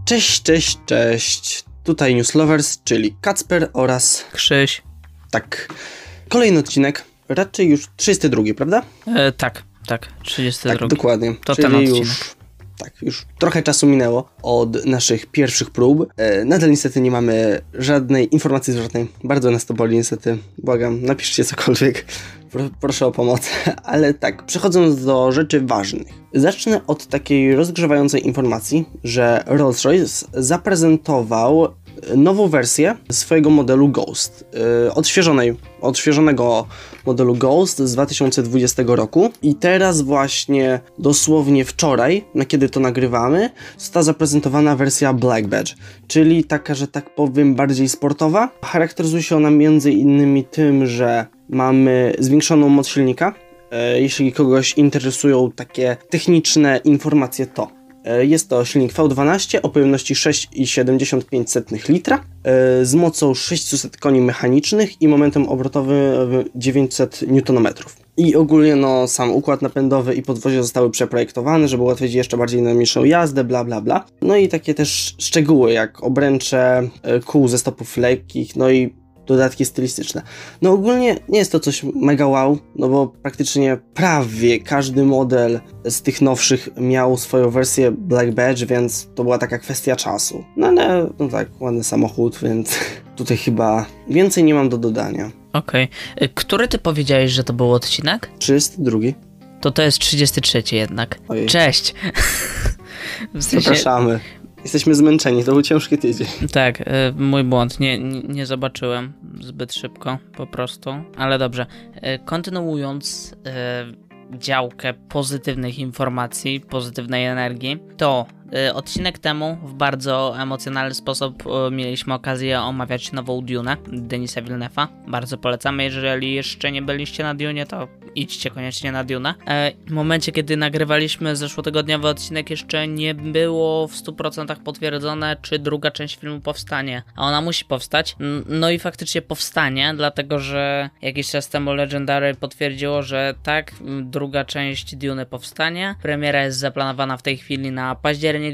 Cześć. Tutaj Newslovers, czyli Kacper oraz... Krzyś. Tak. Kolejny odcinek, raczej już 32, prawda? Tak, 32. Tak, dokładnie. To czyli ten odcinek. Już trochę czasu minęło od naszych pierwszych prób. Nadal niestety nie mamy żadnej informacji zwrotnej. Bardzo nas to boli niestety. Błagam, napiszcie cokolwiek. Proszę o pomoc. Ale tak, przechodząc do rzeczy ważnych. Zacznę od takiej rozgrzewającej informacji, że Rolls-Royce zaprezentował nową wersję swojego modelu Ghost. Odświeżonego modelu Ghost z 2020 roku. I teraz właśnie, dosłownie wczoraj, na kiedy to nagrywamy, została zaprezentowana wersja Black Badge, czyli taka, że tak powiem, bardziej sportowa. Charakteryzuje się ona między innymi tym, że mamy zwiększoną moc silnika. Jeśli kogoś interesują takie techniczne informacje, to jest to silnik V12 o pojemności 6,75 litra z mocą 600 koni mechanicznych i momentem obrotowym 900 Nm. I ogólnie sam układ napędowy i podwozie zostały przeprojektowane, żeby ułatwić jeszcze bardziej dynamiczną jazdę, bla bla bla. No i takie też szczegóły jak obręcze kół ze stopów lekkich, no i dodatki stylistyczne. No ogólnie nie jest to coś mega wow, no bo praktycznie prawie każdy model z tych nowszych miał swoją wersję Black Badge, więc to była taka kwestia czasu. No ale, no tak, ładny samochód, więc tutaj chyba więcej nie mam do dodania. Okej. Który ty powiedziałeś, że to był odcinek? 32. To jest 33 jednak. Ojej. Cześć. Zapraszamy. Jesteśmy zmęczeni, to był ciężki tydzień. Tak, mój błąd, nie zobaczyłem zbyt szybko po prostu, ale dobrze. Kontynuując działkę pozytywnych informacji, pozytywnej energii, to odcinek temu w bardzo emocjonalny sposób mieliśmy okazję omawiać nową Dune'ę Denisa Villeneuve'a. Bardzo polecamy, jeżeli jeszcze nie byliście na Dune, to idźcie koniecznie na Dune'ę. W momencie, kiedy nagrywaliśmy zeszłotygodniowy odcinek, jeszcze nie było w 100% potwierdzone, czy druga część filmu powstanie. A ona musi powstać. No i faktycznie powstanie, dlatego że jakiś czas temu Legendary potwierdziło, że tak, druga część Dune'y powstanie. Premiera jest zaplanowana w tej chwili na październik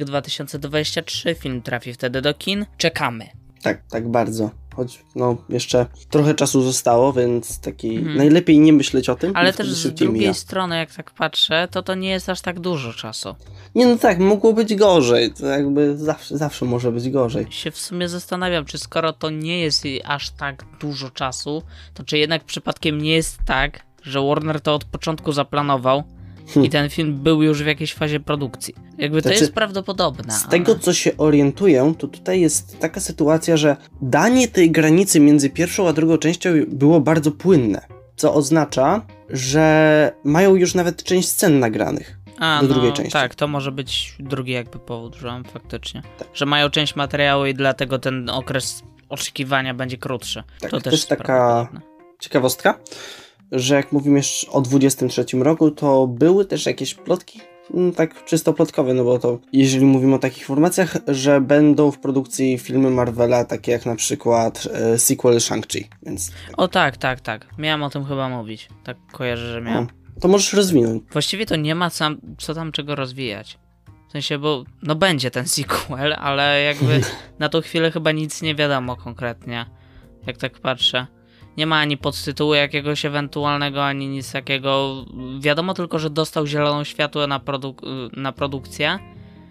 2023, film trafi wtedy do kin. Czekamy. Tak bardzo. Choć jeszcze trochę czasu zostało, więc najlepiej nie myśleć o tym. Ale też z drugiej strony, jak tak patrzę, to nie jest aż tak dużo czasu. Nie, no tak, mogło być gorzej. To jakby zawsze może być gorzej. Się w sumie zastanawiam, czy skoro to nie jest aż tak dużo czasu, to czy jednak przypadkiem nie jest tak, że Warner to od początku zaplanował i ten film był już w jakiejś fazie produkcji. To jest prawdopodobne. Z tego, co się orientuję, to tutaj jest taka sytuacja, że danie tej granicy między pierwszą a drugą częścią było bardzo płynne. Co oznacza, że mają już nawet część scen nagranych do drugiej części. Tak, to może być drugi powód, że faktycznie. Tak. Że mają część materiału i dlatego ten okres oczekiwania będzie krótszy. Tak, to też taka ciekawostka, że jak mówimy jeszcze o 23 roku, to były też jakieś plotki, tak czysto plotkowe, no bo to jeżeli mówimy o takich informacjach, że będą w produkcji filmy Marvela, takie jak na przykład sequel Shang-Chi, więc... O tak. Miałem o tym chyba mówić. Tak kojarzę, że miałem. To możesz rozwinąć. Właściwie to nie ma co tam czego rozwijać. W sensie, bo będzie ten sequel, ale jakby na tą chwilę chyba nic nie wiadomo konkretnie, jak tak patrzę. Nie ma ani podtytułu jakiegoś ewentualnego, ani nic takiego. Wiadomo tylko, że dostał zieloną światło na produkcję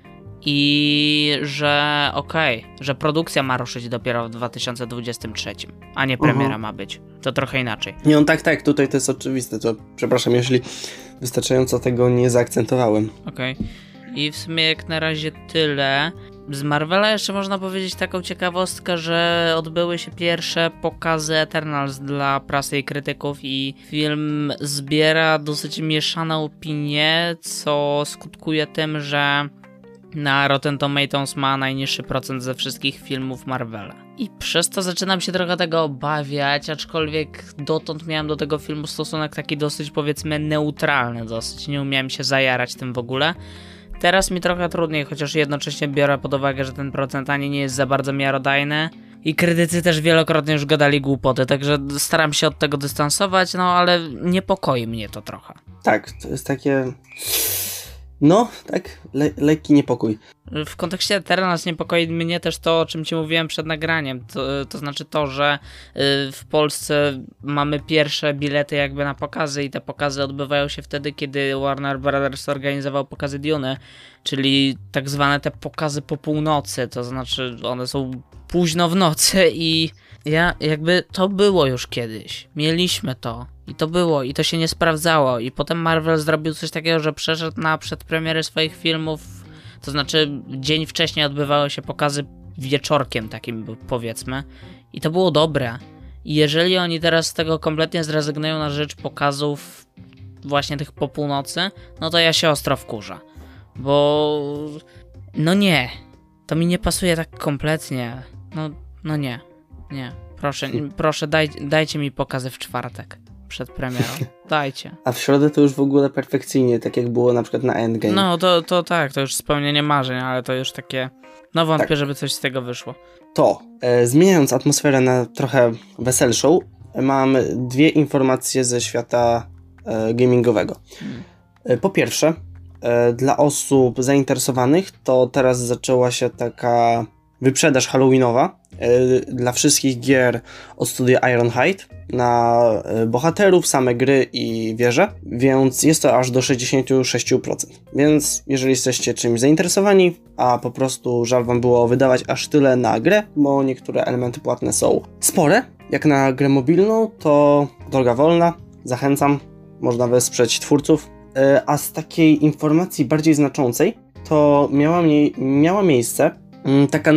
i że że produkcja ma ruszyć dopiero w 2023, a nie premiera ma być. To trochę inaczej. Nie, tak, tutaj to jest oczywiste. To przepraszam, jeśli wystarczająco tego nie zaakcentowałem. I w sumie jak na razie tyle. Z Marvela jeszcze można powiedzieć taką ciekawostkę, że odbyły się pierwsze pokazy Eternals dla prasy i krytyków i film zbiera dosyć mieszane opinie, co skutkuje tym, że na Rotten Tomatoes ma najniższy procent ze wszystkich filmów Marvela. I przez to zaczynam się trochę tego obawiać, aczkolwiek dotąd miałem do tego filmu stosunek taki dosyć, powiedzmy, neutralny dosyć. Nie umiałem się zajarać tym w ogóle. Teraz mi trochę trudniej, chociaż jednocześnie biorę pod uwagę, że ten procent ani nie jest za bardzo miarodajny i krytycy też wielokrotnie już gadali głupoty, także staram się od tego dystansować, ale niepokoi mnie to trochę. Tak, to jest takie... No, tak, lekki niepokój. W kontekście Eternals niepokoi mnie też to, o czym ci mówiłem przed nagraniem. To znaczy to, że w Polsce mamy pierwsze bilety jakby na pokazy i te pokazy odbywają się wtedy, kiedy Warner Brothers organizował pokazy Dune, czyli tak zwane te pokazy po północy, to znaczy one są późno w nocy i to było już kiedyś. Mieliśmy to. I to było, i to się nie sprawdzało. I potem Marvel zrobił coś takiego, że przeszedł na przedpremiery swoich filmów. To znaczy, dzień wcześniej odbywały się pokazy wieczorkiem takim, powiedzmy. I to było dobre. I jeżeli oni teraz z tego kompletnie zrezygnują na rzecz pokazów właśnie tych po północy, no to ja się ostro wkurzę. Bo... no nie. To mi nie pasuje tak kompletnie. No nie. Nie. Proszę, dajcie mi pokazy w czwartek. Przed premierą. Dajcie. A w środę to już w ogóle perfekcyjnie, tak jak było na przykład na Endgame. No to tak, to już spełnienie marzeń, ale to już takie... No wątpię, tak, żeby coś z tego wyszło. Zmieniając atmosferę na trochę weselszą, mam dwie informacje ze świata gamingowego. Po pierwsze, dla osób zainteresowanych, to teraz zaczęła się taka wyprzedaż halloweenowa dla wszystkich gier od studia Ironhide na bohaterów, same gry i wieże, więc jest to aż do 66%. Więc jeżeli jesteście czymś zainteresowani, a po prostu żal wam było wydawać aż tyle na grę, bo niektóre elementy płatne są spore, jak na grę mobilną, to droga wolna, zachęcam, można wesprzeć twórców. A z takiej informacji bardziej znaczącej, to miała miejsce taka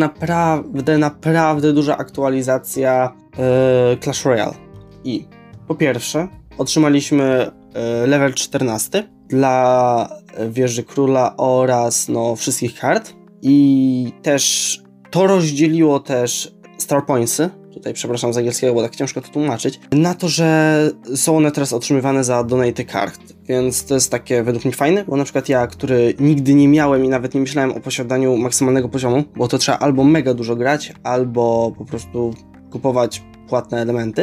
naprawdę duża aktualizacja Clash Royale. I po pierwsze otrzymaliśmy level 14 dla wieży króla oraz wszystkich kart i też to rozdzieliło też Star Pointsy, tutaj przepraszam z angielskiego, bo tak ciężko to tłumaczyć, na to, że są one teraz otrzymywane za donate kart, więc to jest takie według mnie fajne, bo na przykład ja, który nigdy nie miałem i nawet nie myślałem o posiadaniu maksymalnego poziomu, bo to trzeba albo mega dużo grać, albo po prostu kupować płatne elementy,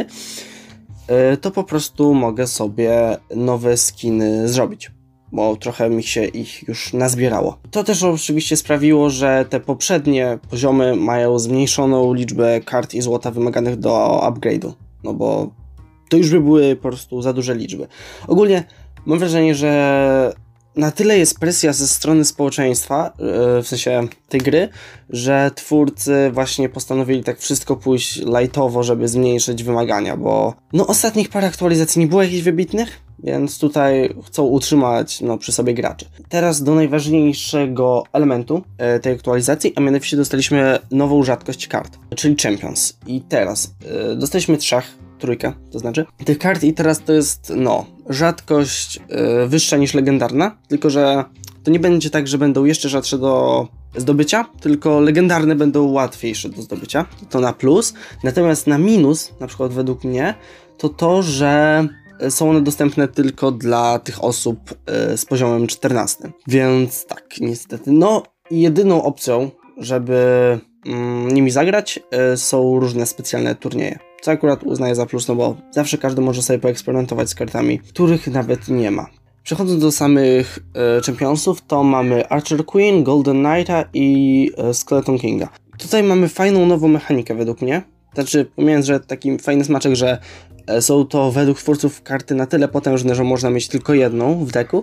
to po prostu mogę sobie nowe skiny zrobić, bo trochę mi się ich już nazbierało. To też oczywiście sprawiło, że te poprzednie poziomy mają zmniejszoną liczbę kart i złota wymaganych do upgrade'u, no bo to już by były po prostu za duże liczby. Ogólnie mam wrażenie, że na tyle jest presja ze strony społeczeństwa, w sensie tej gry, że twórcy właśnie postanowili tak wszystko pójść lightowo, żeby zmniejszyć wymagania, bo ostatnich parę aktualizacji nie było jakichś wybitnych, więc tutaj chcą utrzymać przy sobie graczy. Teraz do najważniejszego elementu tej aktualizacji, a mianowicie dostaliśmy nową rzadkość kart, czyli Champions. I teraz dostaliśmy trójkę, to znaczy tych kart i teraz to jest rzadkość wyższa niż legendarna, tylko że to nie będzie tak, że będą jeszcze rzadsze do zdobycia, tylko legendarne będą łatwiejsze do zdobycia, to na plus, natomiast na minus, na przykład według mnie, to, że są one dostępne tylko dla tych osób z poziomem 14, więc tak, niestety, jedyną opcją, żeby nimi zagrać, są różne specjalne turnieje. Co akurat uznaję za plus, bo zawsze każdy może sobie poeksperymentować z kartami, których nawet nie ma. Przechodząc do samych Championsów, to mamy Archer Queen, Golden Knighta i Skeleton Kinga. Tutaj mamy fajną nową mechanikę według mnie. Znaczy, pomijając, że taki fajny smaczek, że są to według twórców karty na tyle potężne, że można mieć tylko jedną w deku,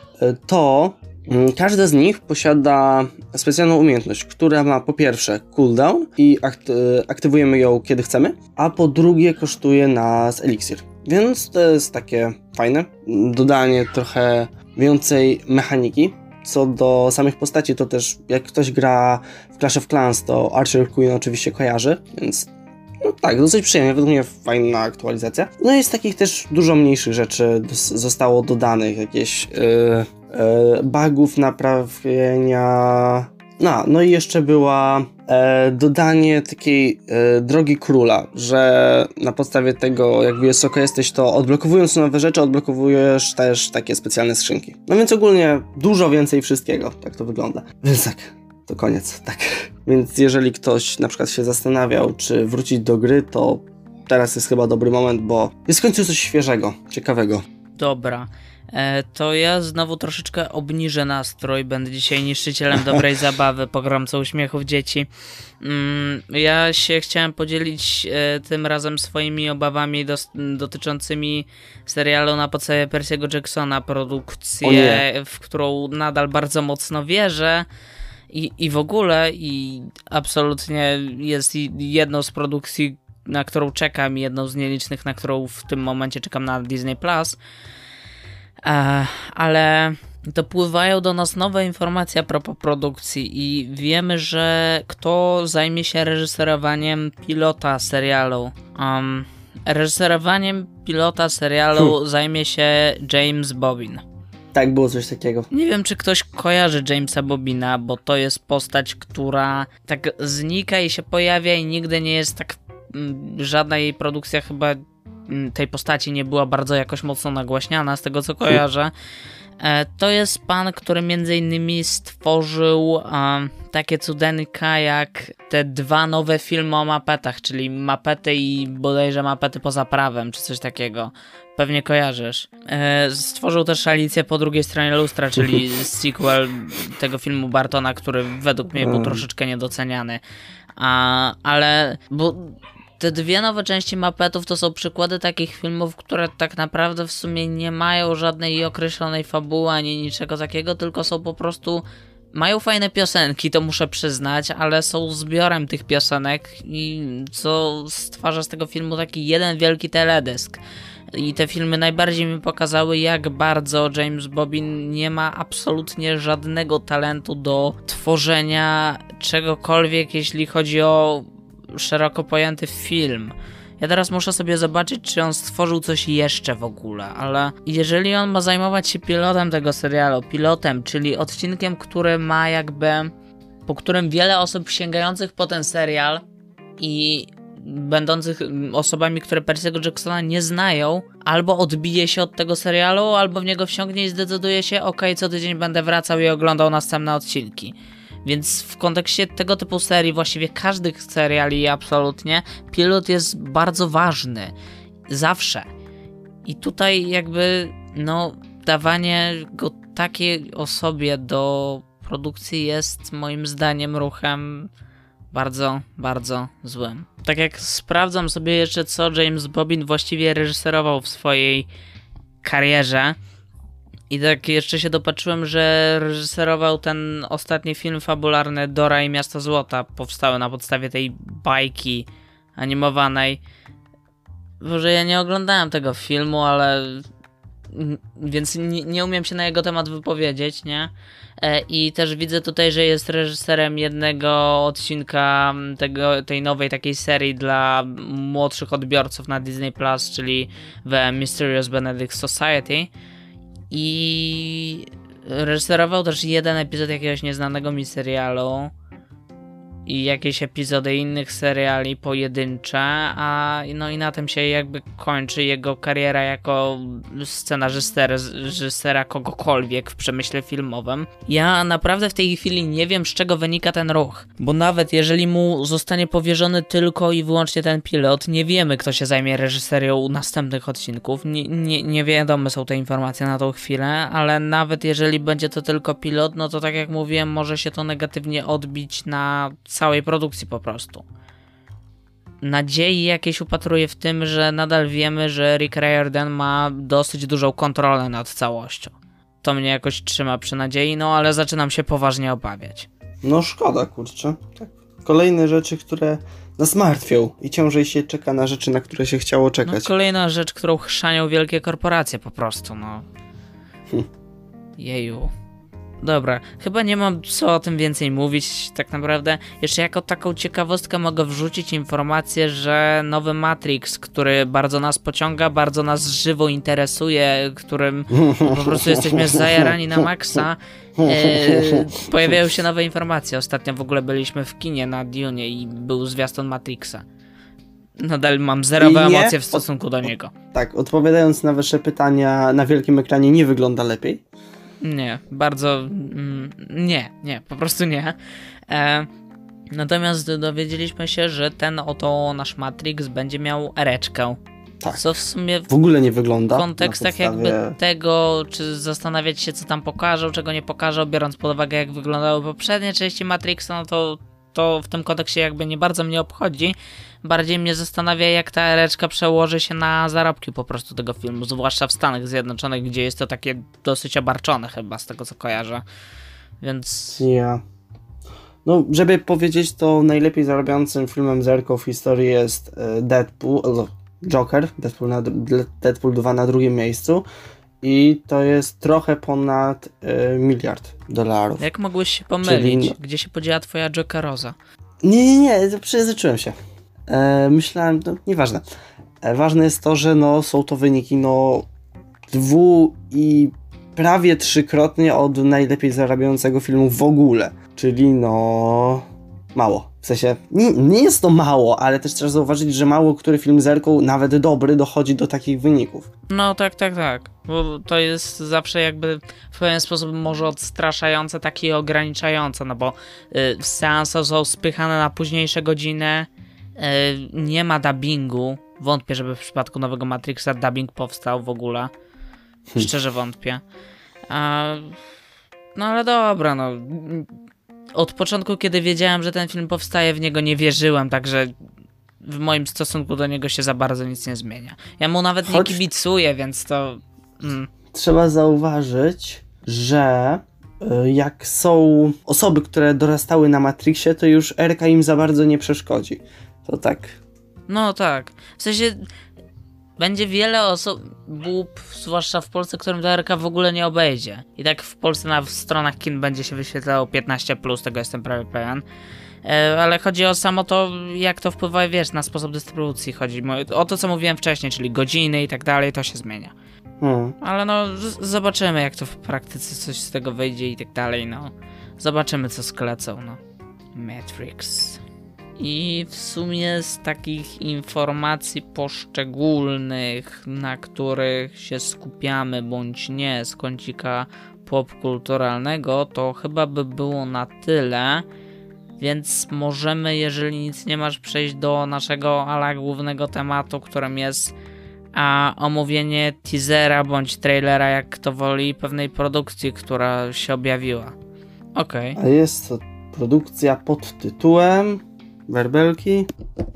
to każda z nich posiada specjalną umiejętność, która ma po pierwsze cooldown i aktywujemy ją kiedy chcemy, a po drugie kosztuje nas eliksir. Więc to jest takie fajne, dodanie trochę więcej mechaniki. Co do samych postaci, to też jak ktoś gra w Clash of Clans, to Archer Queen oczywiście kojarzy, więc tak, dosyć przyjemnie, według mnie fajna aktualizacja. No i z takich też dużo mniejszych rzeczy zostało dodanych, jakieś bugów, naprawienia. No i jeszcze była dodanie takiej drogi króla, że na podstawie tego, jak wysoko jesteś, to odblokowując nowe rzeczy, odblokowujesz też takie specjalne skrzynki. No więc ogólnie dużo więcej wszystkiego, tak to wygląda. Więc tak, to koniec, tak. Więc jeżeli ktoś na przykład się zastanawiał, czy wrócić do gry, to teraz jest chyba dobry moment, bo jest w końcu coś świeżego, ciekawego. Dobra. to ja znowu troszeczkę obniżę nastrój, będę dzisiaj niszczycielem dobrej zabawy, pogromcą uśmiechów dzieci. Ja się chciałem podzielić tym razem swoimi obawami dotyczącymi serialu na podstawie Percy'ego Jacksona, produkcję, w którą nadal bardzo mocno wierzę i w ogóle i absolutnie jest jedną z produkcji, na którą czekam, jedną z nielicznych, na którą w tym momencie czekam na Disney+. Ale dopływają do nas nowe informacje a propos produkcji i wiemy, że kto zajmie się reżyserowaniem pilota serialu. Reżyserowaniem pilota serialu zajmie się James Bobin. Tak, było coś takiego. Nie wiem, czy ktoś kojarzy Jamesa Bobina, bo to jest postać, która tak znika i się pojawia i nigdy nie jest tak... Żadna jej produkcja chyba tej postaci nie była bardzo jakoś mocno nagłaśniana, z tego co kojarzę. To jest pan, który między innymi stworzył takie cudeńka jak te 2 nowe filmy o Muppetach, czyli Muppety i bodajże Muppety poza prawem, czy coś takiego. Pewnie kojarzysz. Stworzył też Alicję po drugiej stronie lustra, czyli sequel tego filmu Bartona, który według mnie był troszeczkę niedoceniany. Ale... bo te 2 nowe części Muppetów to są przykłady takich filmów, które tak naprawdę w sumie nie mają żadnej określonej fabuły ani niczego takiego, tylko są po prostu... Mają fajne piosenki, to muszę przyznać, ale są zbiorem tych piosenek i co stwarza z tego filmu taki jeden wielki teledysk. I te filmy najbardziej mi pokazały, jak bardzo James Bobin nie ma absolutnie żadnego talentu do tworzenia czegokolwiek, jeśli chodzi o szeroko pojęty film. Ja teraz muszę sobie zobaczyć, czy on stworzył coś jeszcze w ogóle, ale jeżeli on ma zajmować się pilotem tego serialu, czyli odcinkiem, który ma jakby, po którym wiele osób sięgających po ten serial i będących osobami, które Percy'ego Jacksona nie znają, albo odbije się od tego serialu, albo w niego wsiągnie i zdecyduje się, co tydzień będę wracał i oglądał następne odcinki. Więc w kontekście tego typu serii, właściwie każdych seriali absolutnie, pilot jest bardzo ważny. Zawsze. I tutaj jakby, dawanie go takiej osobie do produkcji jest moim zdaniem ruchem bardzo, bardzo złym. Tak jak sprawdzam sobie jeszcze, co James Bobin właściwie reżyserował w swojej karierze, i tak jeszcze się dopatrzyłem, że reżyserował ten ostatni film fabularny Dora i Miasto Złota, powstały na podstawie tej bajki animowanej. Boże, ja nie oglądałem tego filmu, ale... więc nie umiem się na jego temat wypowiedzieć, nie? I też widzę tutaj, że jest reżyserem jednego odcinka tej nowej takiej serii dla młodszych odbiorców na Disney+, czyli The Mysterious Benedict Society. I reżyserował też jeden epizod jakiegoś nieznanego mi serialu i jakieś epizody innych seriali pojedyncze, i na tym się jakby kończy jego kariera jako reżysera kogokolwiek w przemyśle filmowym. Ja naprawdę w tej chwili nie wiem, z czego wynika ten ruch, bo nawet jeżeli mu zostanie powierzony tylko i wyłącznie ten pilot, nie wiemy, kto się zajmie reżyserią następnych odcinków, nie wiadome są te informacje na tą chwilę, ale nawet jeżeli będzie to tylko pilot, to tak jak mówiłem, może się to negatywnie odbić na całej produkcji po prostu. Nadziei jakieś upatruję w tym, że nadal wiemy, że Rick Riordan ma dosyć dużą kontrolę nad całością. To mnie jakoś trzyma przy nadziei, ale zaczynam się poważnie obawiać. Szkoda, kurczę. Tak. Kolejne rzeczy, które nas martwią i ciążej się czeka na rzeczy, na które się chciało czekać. Kolejna rzecz, którą chrzanią wielkie korporacje po prostu, Jeju. Dobra, chyba nie mam co o tym więcej mówić tak naprawdę. Jeszcze jako taką ciekawostkę mogę wrzucić informację, że nowy Matrix, który bardzo nas pociąga, bardzo nas żywo interesuje, którym po prostu jesteśmy zajarani na maksa, pojawiają się nowe informacje. Ostatnio w ogóle byliśmy w kinie na Dune i był zwiastun Matrixa. Nadal mam zerowe emocje w stosunku do niego. Tak, odpowiadając na wasze pytania, na wielkim ekranie nie wygląda lepiej? Nie, bardzo... Nie, po prostu nie. Natomiast dowiedzieliśmy się, że ten oto nasz Matrix będzie miał ereczkę. Tak. Co w sumie W ogóle nie wygląda. w kontekstach jakby tego, czy zastanawiać się, co tam pokażą, czego nie pokażą, biorąc pod uwagę, jak wyglądały poprzednie części Matrixa, no to w tym kontekście jakby nie bardzo mnie obchodzi. Bardziej mnie zastanawia, jak ta ereczka przełoży się na zarobki po prostu tego filmu, zwłaszcza w Stanach Zjednoczonych, gdzie jest to takie dosyć obarczone chyba, z tego co kojarzę. Więc... No, żeby powiedzieć, to najlepiej zarabiającym filmem zerką w historii jest Joker, Deadpool 2 na drugim miejscu i to jest trochę ponad $1 miliard. Jak mogłeś się pomylić? Czyli... Gdzie się podziała twoja Jokeroza? Nie, przejęzyczyłem się. Myślałem, no nieważne. Ważne jest to, że no, są to wyniki i prawie 3-krotnie od najlepiej zarabiającego filmu w ogóle. Czyli mało. W sensie, nie jest to mało, ale też trzeba zauważyć, że mało który film zerką, nawet dobry, dochodzi do takich wyników. No tak. Bo to jest zawsze jakby w pewien sposób może odstraszające, takie i ograniczające, no bo seanse są spychane na późniejsze godziny, nie ma dubbingu. Wątpię, żeby w przypadku nowego Matrixa dubbing powstał w ogóle. Szczerze wątpię. No ale dobra, no. Od początku, kiedy wiedziałem, że ten film powstaje, w niego nie wierzyłem, także w moim stosunku do niego się za bardzo nic nie zmienia. Ja mu nawet nie kibicuję, więc to... Trzeba zauważyć, że jak są osoby, które dorastały na Matrixie, to już Erka im za bardzo nie przeszkodzi. To tak. No tak. W sensie... Będzie wiele osób, zwłaszcza w Polsce, którym ta Erka w ogóle nie obejdzie. I tak w Polsce na stronach kin będzie się wyświetlało 15+, tego jestem prawie pewien. Ale chodzi o samo to, jak to wpływa, wiesz, na sposób dystrybucji. Chodzi o to, co mówiłem wcześniej, czyli godziny i tak dalej, to się zmienia. Ale no, zobaczymy, jak to w praktyce coś z tego wyjdzie i tak dalej, no. Zobaczymy, co sklecą, no. Matrix. I w sumie z takich informacji poszczególnych, na których się skupiamy bądź nie, z kącika popkulturalnego, to chyba by było na tyle, więc możemy, jeżeli nic nie masz, przejść do naszego głównego tematu, którym jest omówienie teasera bądź trailera, jak kto woli, pewnej produkcji, która się objawiła. Okej. A jest to produkcja pod tytułem... Werbelki.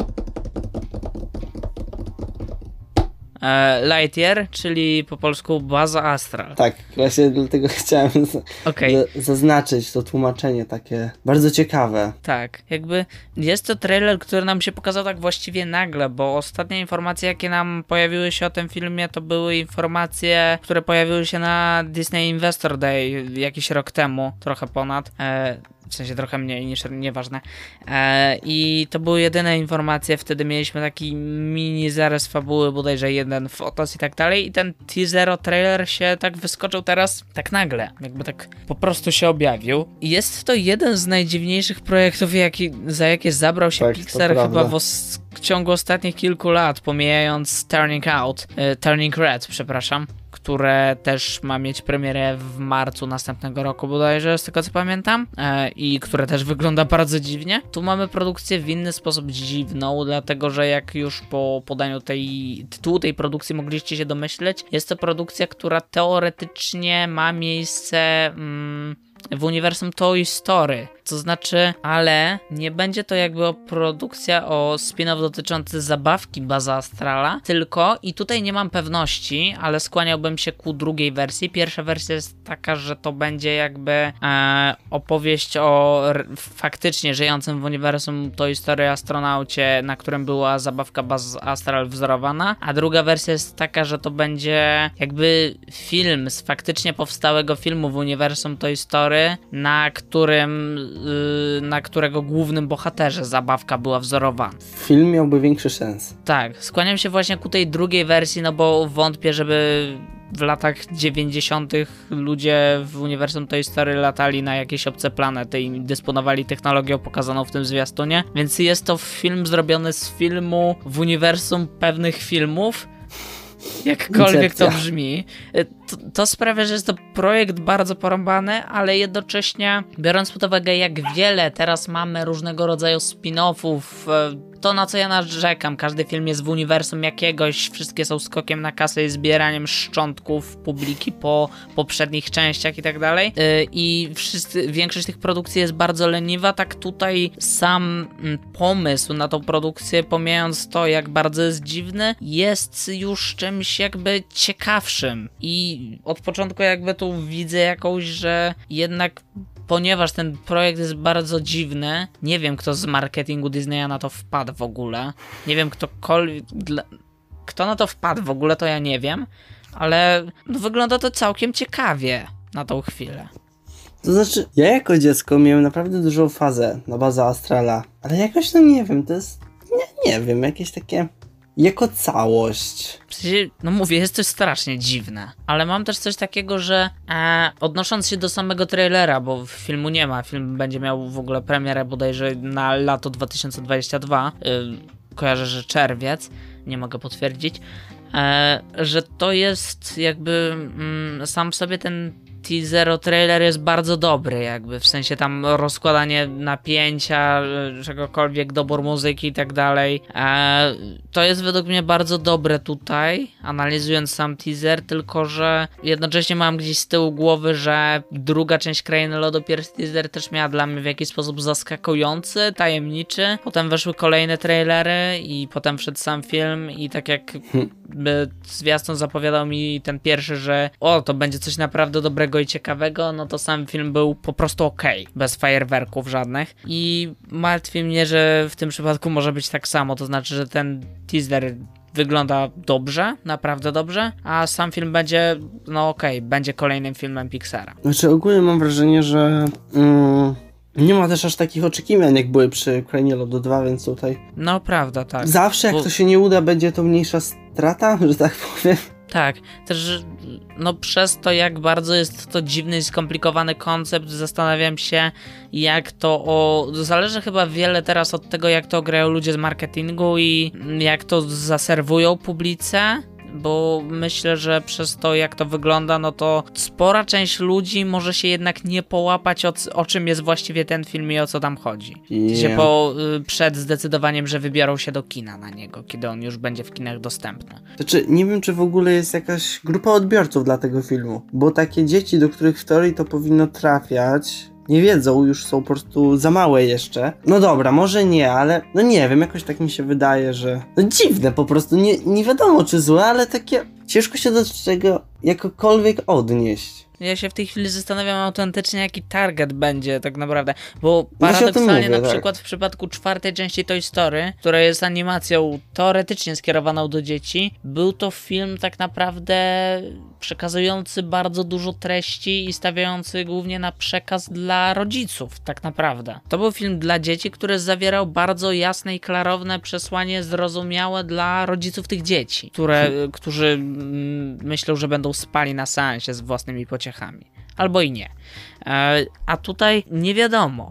Lightyear, czyli po polsku Baza Astral. Tak, właśnie dlatego chciałem zaznaczyć to tłumaczenie takie bardzo ciekawe. Tak, jakby jest to trailer, który nam się pokazał tak właściwie nagle, bo ostatnie informacje, jakie nam pojawiły się o tym filmie, to były informacje, które pojawiły się na Disney Investor Day jakiś rok temu, trochę ponad. W sensie trochę mniej niż nieważne. I to były jedyne informacje, wtedy mieliśmy taki mini zarys fabuły, bodajże jeden fotos i tak dalej. I ten trailer się tak wyskoczył teraz tak nagle, jakby tak po prostu się objawił. I jest to jeden z najdziwniejszych projektów, za jakie zabrał się Pixar chyba w ciągu ostatnich kilku lat, pomijając Turning Red, przepraszam, które też ma mieć premierę w marcu następnego roku bodajże, z tego co pamiętam, i które też wygląda bardzo dziwnie. Tu mamy produkcję w inny sposób dziwną, dlatego że jak już po podaniu tytułu tej produkcji mogliście się domyśleć, jest to produkcja, która teoretycznie ma miejsce w uniwersum Toy Story. To znaczy, ale nie będzie to jakby produkcja o spin-off dotyczący zabawki Baza Astrala, tylko, i tutaj nie mam pewności, ale skłaniałbym się ku drugiej wersji. Pierwsza wersja jest taka, że to będzie jakby opowieść o faktycznie żyjącym w uniwersum Toy Story astronaucie, na którym była zabawka Buzz Astral wzorowana, a druga wersja jest taka, że to będzie jakby film z faktycznie powstałego filmu w uniwersum Toy Story, na którego głównym bohaterze zabawka była wzorowana. Film miałby większy sens. Tak, skłaniam się właśnie ku tej drugiej wersji, no bo wątpię, żeby w latach 90. ludzie w uniwersum Toy Story latali na jakieś obce planety i dysponowali technologią pokazaną w tym zwiastunie, więc jest to film zrobiony z filmu w uniwersum pewnych filmów, jakkolwiek to brzmi. to sprawia, że jest to projekt bardzo porąbany, ale jednocześnie biorąc pod uwagę, jak wiele teraz mamy różnego rodzaju spin-offów, to na co ja narzekam, każdy film jest w uniwersum jakiegoś, wszystkie są skokiem na kasę i zbieraniem szczątków publiki po poprzednich częściach i tak dalej. I większość tych produkcji jest bardzo leniwa, tak tutaj sam pomysł na tą produkcję, pomijając to, jak bardzo jest dziwny, jest już czymś jakby ciekawszym. I od początku jakby tu widzę jakąś, że jednak ponieważ ten projekt jest bardzo dziwny, nie wiem kto z marketingu Disneya na to wpadł w ogóle, nie wiem kto na to wpadł w ogóle, to ja nie wiem, ale no, wygląda to całkiem ciekawie na tą chwilę. To znaczy, ja jako dziecko miałem naprawdę dużą fazę na Buzza Astrala, ale jakoś no nie wiem, to jest, nie wiem, jakieś takie... Jako całość. W sensie, no mówię, jest to strasznie dziwne, ale mam też coś takiego, że odnosząc się do samego trailera, bo filmu nie ma, film będzie miał w ogóle premierę bodajże na lato 2022, kojarzę, że czerwiec, nie mogę potwierdzić, że to jest jakby sam w sobie ten teaser, trailer jest bardzo dobry, jakby w sensie tam rozkładanie napięcia, czegokolwiek, dobór muzyki i tak dalej. To jest według mnie bardzo dobre tutaj, analizując sam teaser, tylko że jednocześnie mam gdzieś z tyłu głowy, że druga część Krainy Lodu, pierwszy teaser też miała dla mnie w jakiś sposób zaskakujący, tajemniczy. Potem weszły kolejne trailery i potem wszedł sam film i tak jak zwiastun zapowiadał mi ten pierwszy, że to będzie coś naprawdę dobrego i ciekawego, no to sam film był po prostu okej, bez fajerwerków żadnych i martwi mnie, że w tym przypadku może być tak samo, to znaczy, że ten teaser wygląda dobrze, naprawdę dobrze, a sam film będzie, no okej, będzie kolejnym filmem Pixara. Znaczy ogólnie mam wrażenie, że nie ma też aż takich oczekiwań, jak były przy Krainie Lodu 2, więc tutaj... No prawda, tak. Zawsze jak to się nie uda, będzie to mniejsza strata, że tak powiem. Tak, też no przez to, jak bardzo jest to dziwny i skomplikowany koncept, zastanawiam się, jak to zależy chyba wiele teraz od tego, jak to grają ludzie z marketingu i jak to zaserwują publice, bo myślę, że przez to, jak to wygląda, no to spora część ludzi może się jednak nie połapać, o czym jest właściwie ten film i o co tam chodzi. Yeah. Przed zdecydowaniem, że wybiorą się do kina na niego, kiedy on już będzie w kinach dostępny. Znaczy, nie wiem, czy w ogóle jest jakaś grupa odbiorców dla tego filmu, bo takie dzieci, do których w teorii to powinno trafiać, nie wiedzą, już są po prostu za małe jeszcze. No dobra, może nie, ale no nie wiem, jakoś tak mi się wydaje, że... No dziwne po prostu, nie wiadomo czy złe, ale takie... Ciężko się do czego jakokolwiek odnieść. Ja się w tej chwili zastanawiam autentycznie, jaki target będzie tak naprawdę, bo paradoksalnie na przykład w przypadku czwartej części Toy Story, która jest animacją teoretycznie skierowaną do dzieci, był to film tak naprawdę przekazujący bardzo dużo treści i stawiający głównie na przekaz dla rodziców, tak naprawdę. To był film dla dzieci, który zawierał bardzo jasne i klarowne przesłanie zrozumiałe dla rodziców tych dzieci, którzy myślą, że będą spali na seansie z własnymi pociechami. Albo i nie. A tutaj nie wiadomo.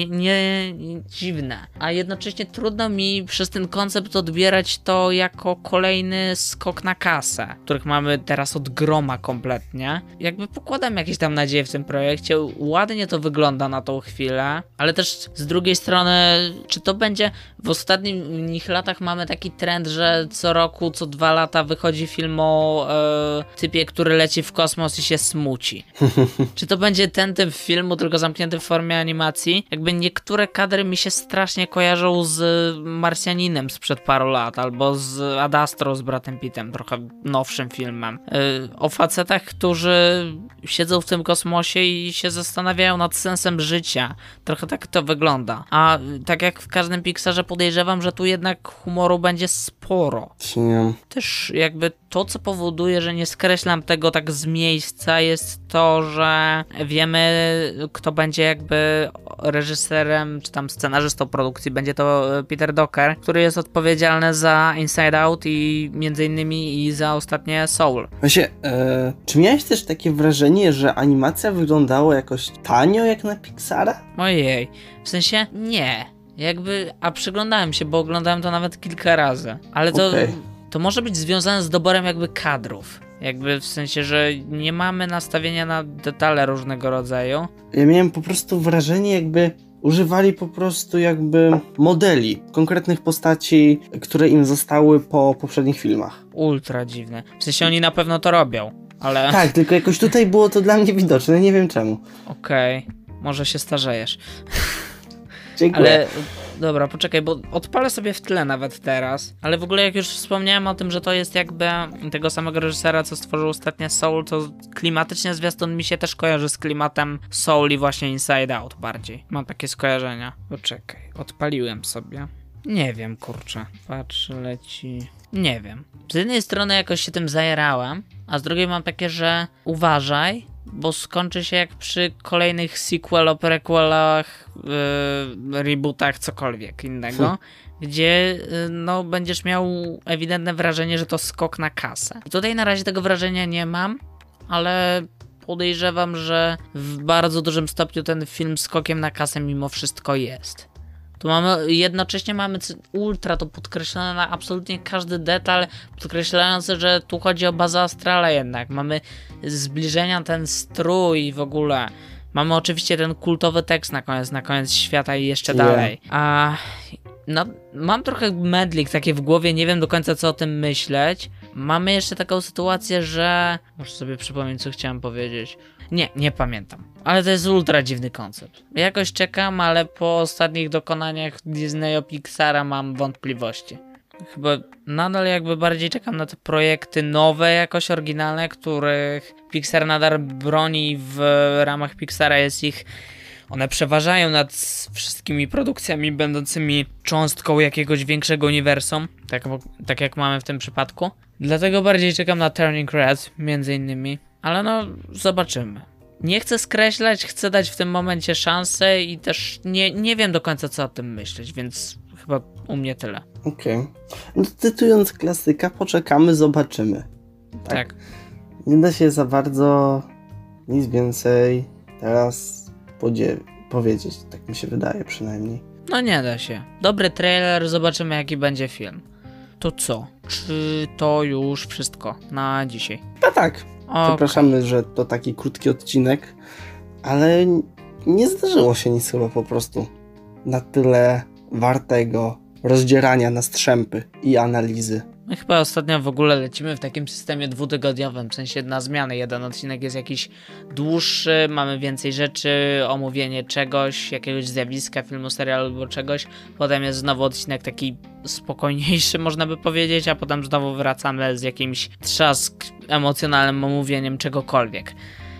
Dziwne. A jednocześnie trudno mi przez ten koncept odbierać to jako kolejny skok na kasę, których mamy teraz od groma kompletnie. Jakby pokładam jakieś tam nadzieje w tym projekcie, ładnie to wygląda na tą chwilę, ale też z drugiej strony, czy to będzie... W ostatnich latach mamy taki trend, że co roku, co 2 lata wychodzi film o typie, który leci w kosmos i się smuci. Czy to będzie ten typ filmu, tylko zamknięty w formie animacji? Jakby niektóre kadry mi się strasznie kojarzą z Marsjaninem sprzed paru lat, albo z Ad Astra z Bradem Pittem, trochę nowszym filmem. O facetach, którzy siedzą w tym kosmosie i się zastanawiają nad sensem życia. Trochę tak to wygląda. A tak jak w każdym Pixarze podejrzewam, że tu jednak humoru będzie sporo. Też jakby to, co powoduje, że nie skreślam tego tak z miejsca, jest to, że wiemy, kto będzie jakby reżyserem, czy tam scenarzystą produkcji. Będzie to Peter Docker, który jest odpowiedzialny za Inside Out i między innymi i za ostatnie Soul. Właśnie, czy miałeś też takie wrażenie, że animacja wyglądała jakoś tanio jak na Pixara? Ojej, w sensie nie. A przyglądałem się, bo oglądałem to nawet kilka razy. Ale to może być związane z doborem jakby kadrów. Jakby w sensie, że nie mamy nastawienia na detale różnego rodzaju. Ja miałem po prostu wrażenie, jakby używali po prostu jakby modeli konkretnych postaci, które im zostały po poprzednich filmach. Ultra dziwne. W sensie oni na pewno to robią, ale... Tak, tylko jakoś tutaj było to dla mnie widoczne, nie wiem czemu. Okej, może się starzejesz. Dziękuję. Ale dobra, poczekaj, bo odpalę sobie w tle nawet teraz. Ale w ogóle jak już wspomniałem o tym, że to jest jakby tego samego reżysera, co stworzył ostatnio Soul, to klimatycznie zwiastun mi się też kojarzy z klimatem Soul i właśnie Inside Out bardziej. Mam takie skojarzenia. Poczekaj, odpaliłem sobie. Nie wiem, kurczę. Patrz, leci... Nie wiem. Z jednej strony jakoś się tym zajerałem, a z drugiej mam takie, że uważaj, bo skończy się jak przy kolejnych prequelach, rebootach, cokolwiek innego, gdzie no będziesz miał ewidentne wrażenie, że to skok na kasę. I tutaj na razie tego wrażenia nie mam, ale podejrzewam, że w bardzo dużym stopniu ten film skokiem na kasę mimo wszystko jest. Tu jednocześnie mamy ultra to podkreślone na absolutnie każdy detal, podkreślający, że tu chodzi o bazę astrala jednak. Mamy zbliżenia, ten strój w ogóle. Mamy oczywiście ten kultowy tekst na koniec świata i jeszcze dalej. A no, mam trochę mętlik takie w głowie, nie wiem do końca co o tym myśleć. Mamy jeszcze taką sytuację, że... Muszę sobie przypomnieć, co chciałem powiedzieć. Nie pamiętam. Ale to jest ultra dziwny koncept. Jakoś czekam, ale po ostatnich dokonaniach Disneya Pixara mam wątpliwości. Chyba nadal jakby bardziej czekam na te projekty nowe, jakoś oryginalne, których Pixar nadal broni w ramach Pixara jest ich... One przeważają nad wszystkimi produkcjami będącymi cząstką jakiegoś większego uniwersum, tak jak mamy w tym przypadku. Dlatego bardziej czekam na Turning Red, między innymi. Ale no, zobaczymy. Nie chcę skreślać, chcę dać w tym momencie szansę i też nie wiem do końca co o tym myśleć, więc chyba u mnie tyle. Okej. No cytując klasyka, poczekamy, zobaczymy. Tak. Nie da się za bardzo nic więcej teraz powiedzieć, tak mi się wydaje przynajmniej. No nie da się. Dobry trailer, zobaczymy jaki będzie film. To co? Czy to już wszystko na dzisiaj? No tak. Przepraszamy, że to taki krótki odcinek, ale nie zdarzyło się nic chyba po prostu na tyle wartego rozdzierania na strzępy i analizy. My chyba ostatnio w ogóle lecimy w takim systemie dwutygodniowym, w sensie na zmianę. Jeden odcinek jest jakiś dłuższy, mamy więcej rzeczy, omówienie czegoś, jakiegoś zjawiska, filmu, serialu albo czegoś. Potem jest znowu odcinek taki spokojniejszy, można by powiedzieć, a potem znowu wracamy z jakimś emocjonalnym omówieniem czegokolwiek.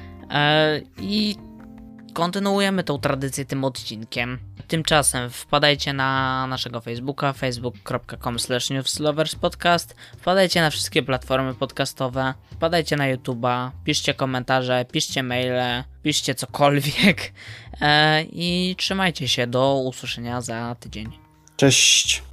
I kontynuujemy tą tradycję tym odcinkiem. Tymczasem wpadajcie na naszego Facebooka, facebook.com/newsloverspodcast, wpadajcie na wszystkie platformy podcastowe, wpadajcie na YouTube'a, piszcie komentarze, piszcie maile, piszcie cokolwiek i trzymajcie się, do usłyszenia za tydzień. Cześć!